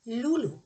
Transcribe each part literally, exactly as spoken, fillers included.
Lulù.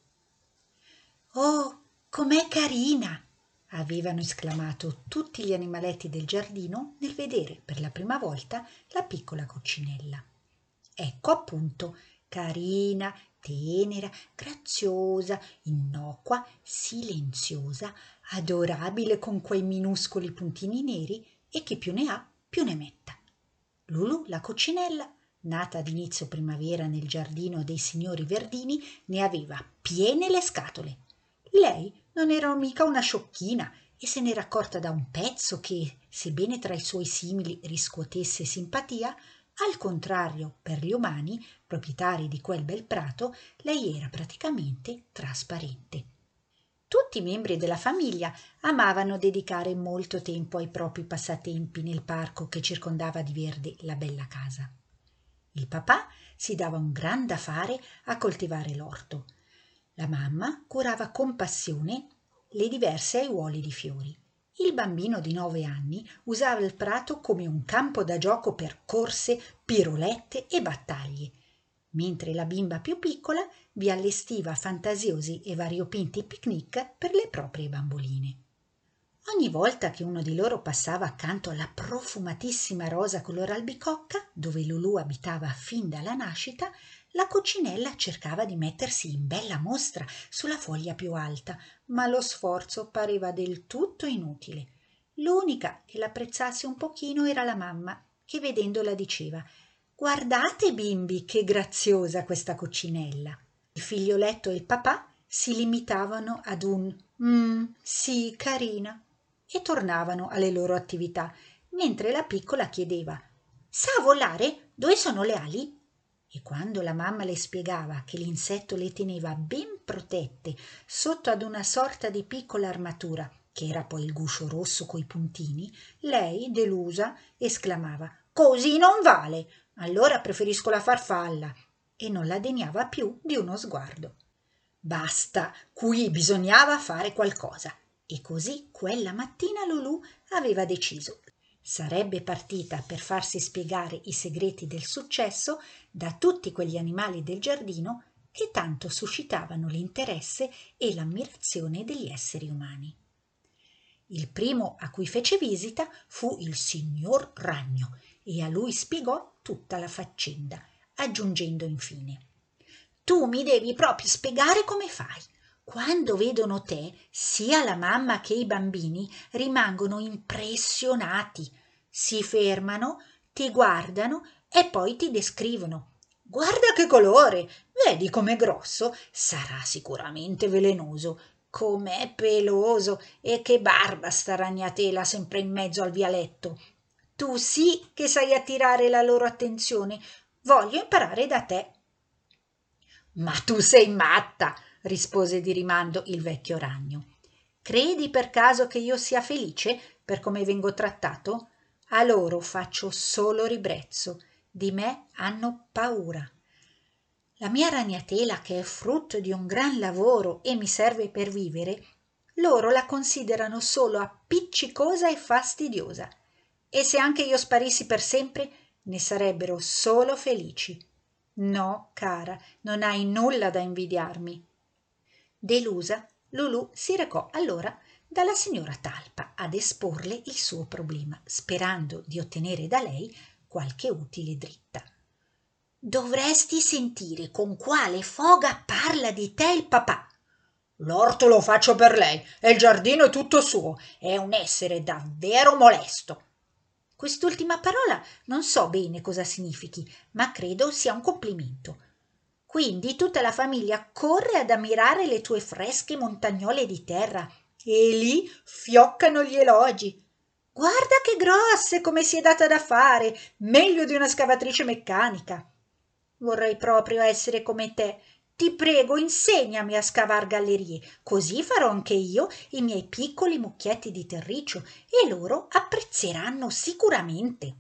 «Oh, com'è carina!» avevano esclamato tutti gli animaletti del giardino nel vedere per la prima volta la piccola coccinella. Ecco appunto, carina, tenera, graziosa, innocua, silenziosa, adorabile con quei minuscoli puntini neri e chi più ne ha più ne metta. Lulù, la coccinella, nata ad inizio primavera nel giardino dei signori Verdini, ne aveva piene le scatole. Lei non era mica una sciocchina e se n'era accorta da un pezzo che, sebbene tra i suoi simili riscuotesse simpatia, al contrario per gli umani, proprietari di quel bel prato, lei era praticamente trasparente. Tutti i membri della famiglia amavano dedicare molto tempo ai propri passatempi nel parco che circondava di verde la bella casa. Il papà si dava un gran da fare a coltivare l'orto. La mamma curava con passione le diverse aiuole di fiori. Il bambino di nove anni usava il prato come un campo da gioco per corse, pirolette e battaglie, mentre la bimba più piccola vi allestiva fantasiosi e variopinti picnic per le proprie bamboline. Ogni volta che uno di loro passava accanto alla profumatissima rosa color albicocca, dove Lulù abitava fin dalla nascita, la coccinella cercava di mettersi in bella mostra sulla foglia più alta, ma lo sforzo pareva del tutto inutile. L'unica che l'apprezzasse un pochino era la mamma, che vedendola diceva: «Guardate, bimbi, che graziosa questa coccinella!» Il figlioletto e il papà si limitavano ad un «Mmm, sì, carina», e tornavano alle loro attività, mentre la piccola chiedeva: «Sa volare? Dove sono le ali?» E quando la mamma le spiegava che l'insetto le teneva ben protette sotto ad una sorta di piccola armatura, che era poi il guscio rosso coi puntini, lei, delusa, esclamava: «Così non vale! Allora preferisco la farfalla!» e non la degnava più di uno sguardo. Basta, qui bisognava fare qualcosa. E così quella mattina Lulù aveva deciso. Sarebbe partita per farsi spiegare i segreti del successo da tutti quegli animali del giardino che tanto suscitavano l'interesse e l'ammirazione degli esseri umani. Il primo a cui fece visita fu il signor Ragno e a lui spiegò tutta la faccenda, aggiungendo infine: «Tu mi devi proprio spiegare come fai. Quando vedono te, sia la mamma che i bambini rimangono impressionati, si fermano, ti guardano e poi ti descrivono. Guarda che colore, vedi com'è grosso, sarà sicuramente velenoso, com'è peloso e che barba sta ragnatela sempre in mezzo al vialetto. Tu sì che sai attirare la loro attenzione, voglio imparare da te». «Ma tu sei matta!» rispose di rimando il vecchio ragno. «Credi per caso che io sia felice per come vengo trattato? A loro faccio solo ribrezzo, di me hanno paura. La mia ragnatela, che è frutto di un gran lavoro e mi serve per vivere, loro la considerano solo appiccicosa e fastidiosa, e se anche io sparissi per sempre ne sarebbero solo felici. No, cara, non hai nulla da invidiarmi». Delusa, Lulù si recò allora dalla signora Talpa ad esporle il suo problema, sperando di ottenere da lei qualche utile dritta. «Dovresti sentire con quale foga parla di te il papà. L'orto lo faccio per lei e il giardino è tutto suo. È un essere davvero molesto». Quest'ultima parola non so bene cosa significhi, ma credo sia un complimento. Quindi tutta la famiglia corre ad ammirare le tue fresche montagnole di terra e lì fioccano gli elogi. «Guarda che grosse, come si è data da fare, meglio di una scavatrice meccanica. Vorrei proprio essere come te. Ti prego, insegnami a scavar gallerie, così farò anche io i miei piccoli mucchietti di terriccio e loro apprezzeranno sicuramente».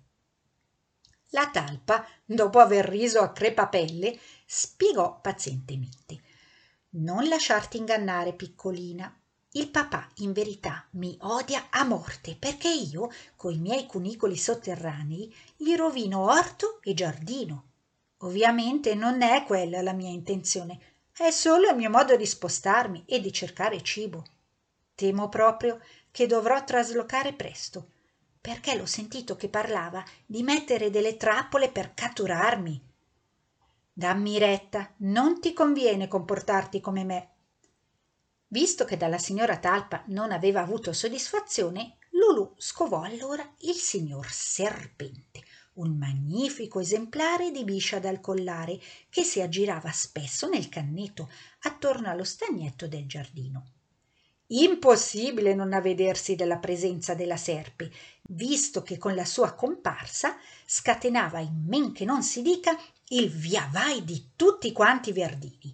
La talpa, dopo aver riso a crepapelle, spiegò pazientemente: «Non lasciarti ingannare, piccolina. Il papà in verità mi odia a morte perché io, coi miei cunicoli sotterranei, gli rovino orto e giardino. Ovviamente non è quella la mia intenzione. è solo il mio modo di spostarmi e di cercare cibo. Temo proprio che dovrò traslocare presto, perché l'ho sentito che parlava di mettere delle trappole per catturarmi. Dammi retta, non ti conviene comportarti come me. Visto che dalla signora Talpa non aveva avuto soddisfazione, Lulù scovò allora il signor Serpente, un magnifico esemplare di biscia dal collare che si aggirava spesso nel cannetto attorno allo stagnetto del giardino. Impossibile non avvedersi della presenza della serpe, visto che con la sua comparsa scatenava in men che non si dica il via vai di tutti quanti i verdini.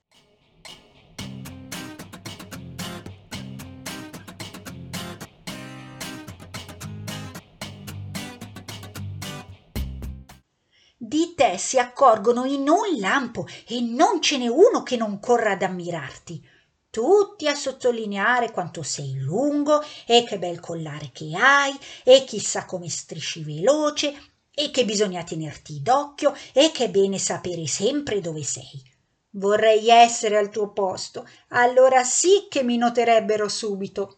Di te si accorgono in un lampo e non ce n'è uno che non corra ad ammirarti. Tutti a sottolineare quanto sei lungo e che bel collare che hai e chissà come strisci veloce e che bisogna tenerti d'occhio e che è bene sapere sempre dove sei. Vorrei essere al tuo posto, allora sì che mi noterebbero subito.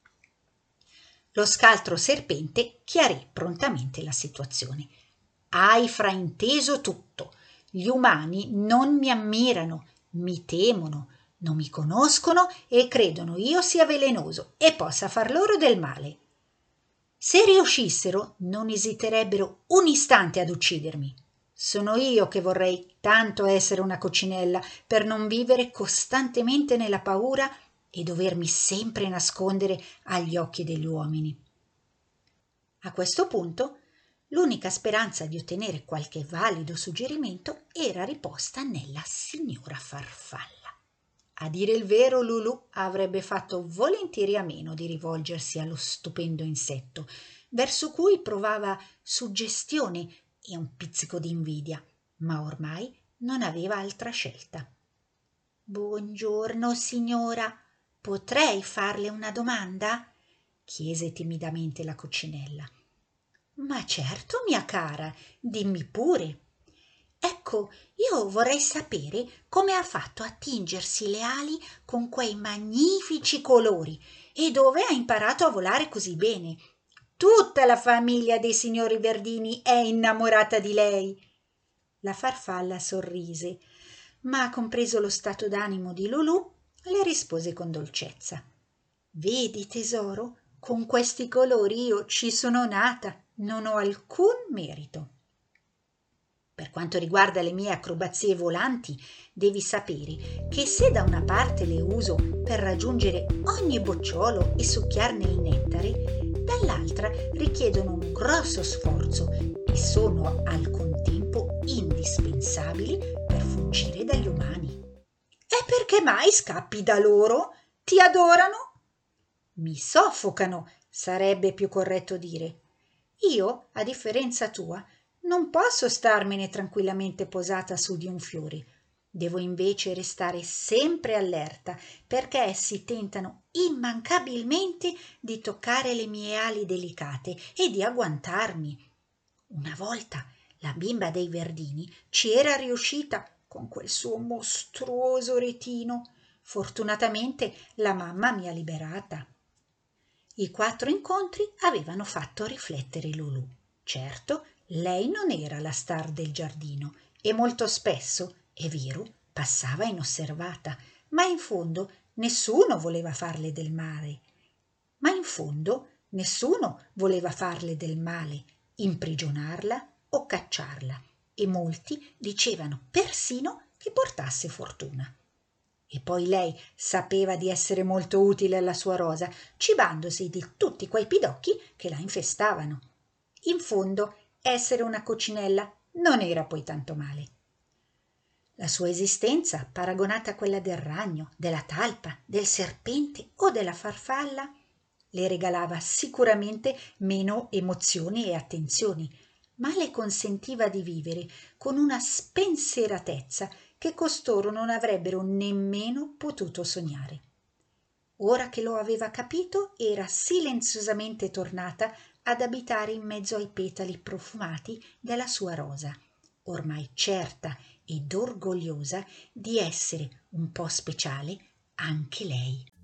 Lo scaltro serpente chiarì prontamente la situazione. Hai frainteso tutto. Gli umani non mi ammirano, mi temono, non mi conoscono e credono io sia velenoso e possa far loro del male. Se riuscissero, non esiterebbero un istante ad uccidermi. Sono io che vorrei tanto essere una coccinella per non vivere costantemente nella paura e dovermi sempre nascondere agli occhi degli uomini. A questo punto l'unica speranza di ottenere qualche valido suggerimento era riposta nella signora Farfalla. A dire il vero, Lulù avrebbe fatto volentieri a meno di rivolgersi allo stupendo insetto, verso cui provava suggestione e un pizzico di invidia, ma ormai non aveva altra scelta. «Buongiorno, signora, potrei farle una domanda?» chiese timidamente la coccinella. «Ma certo, mia cara, dimmi pure. Ecco, io vorrei sapere come ha fatto a tingersi le ali con quei magnifici colori e dove ha imparato a volare così bene. Tutta la famiglia dei signori Verdini è innamorata di lei». La farfalla sorrise, ma compreso lo stato d'animo di Lulù, le rispose con dolcezza: «Vedi, tesoro, con questi colori io ci sono nata, non ho alcun merito. Per quanto riguarda le mie acrobazie volanti, devi sapere che se da una parte le uso per raggiungere ogni bocciolo e succhiarne il nettare, dall'altra richiedono un grosso sforzo e sono al contempo indispensabili per fuggire dagli umani. E perché mai scappi da loro? Ti adorano? Mi soffocano, sarebbe più corretto dire. Io, a differenza tua, non posso starmene tranquillamente posata su di un fiore. Devo invece restare sempre allerta, perché essi tentano immancabilmente di toccare le mie ali delicate e di agguantarmi. Una volta la bimba dei Verdini ci era riuscita con quel suo mostruoso retino. Fortunatamente la mamma mi ha liberata. I quattro incontri avevano fatto riflettere Lulù. Certo, lei non era la star del giardino e molto spesso, è vero, passava inosservata, ma in fondo nessuno voleva farle del male. Ma in fondo nessuno voleva farle del male, imprigionarla o cacciarla, e molti dicevano persino che portasse fortuna. E poi lei sapeva di essere molto utile alla sua rosa, cibandosi di tutti quei pidocchi che la infestavano. In fondo, essere una coccinella non era poi tanto male. La sua esistenza, paragonata a quella del ragno, della talpa, del serpente o della farfalla, le regalava sicuramente meno emozioni e attenzioni, ma le consentiva di vivere con una spensieratezza che costoro non avrebbero nemmeno potuto sognare. Ora che lo aveva capito, era silenziosamente tornata ad abitare in mezzo ai petali profumati della sua rosa, ormai certa ed orgogliosa di essere un po' speciale anche lei.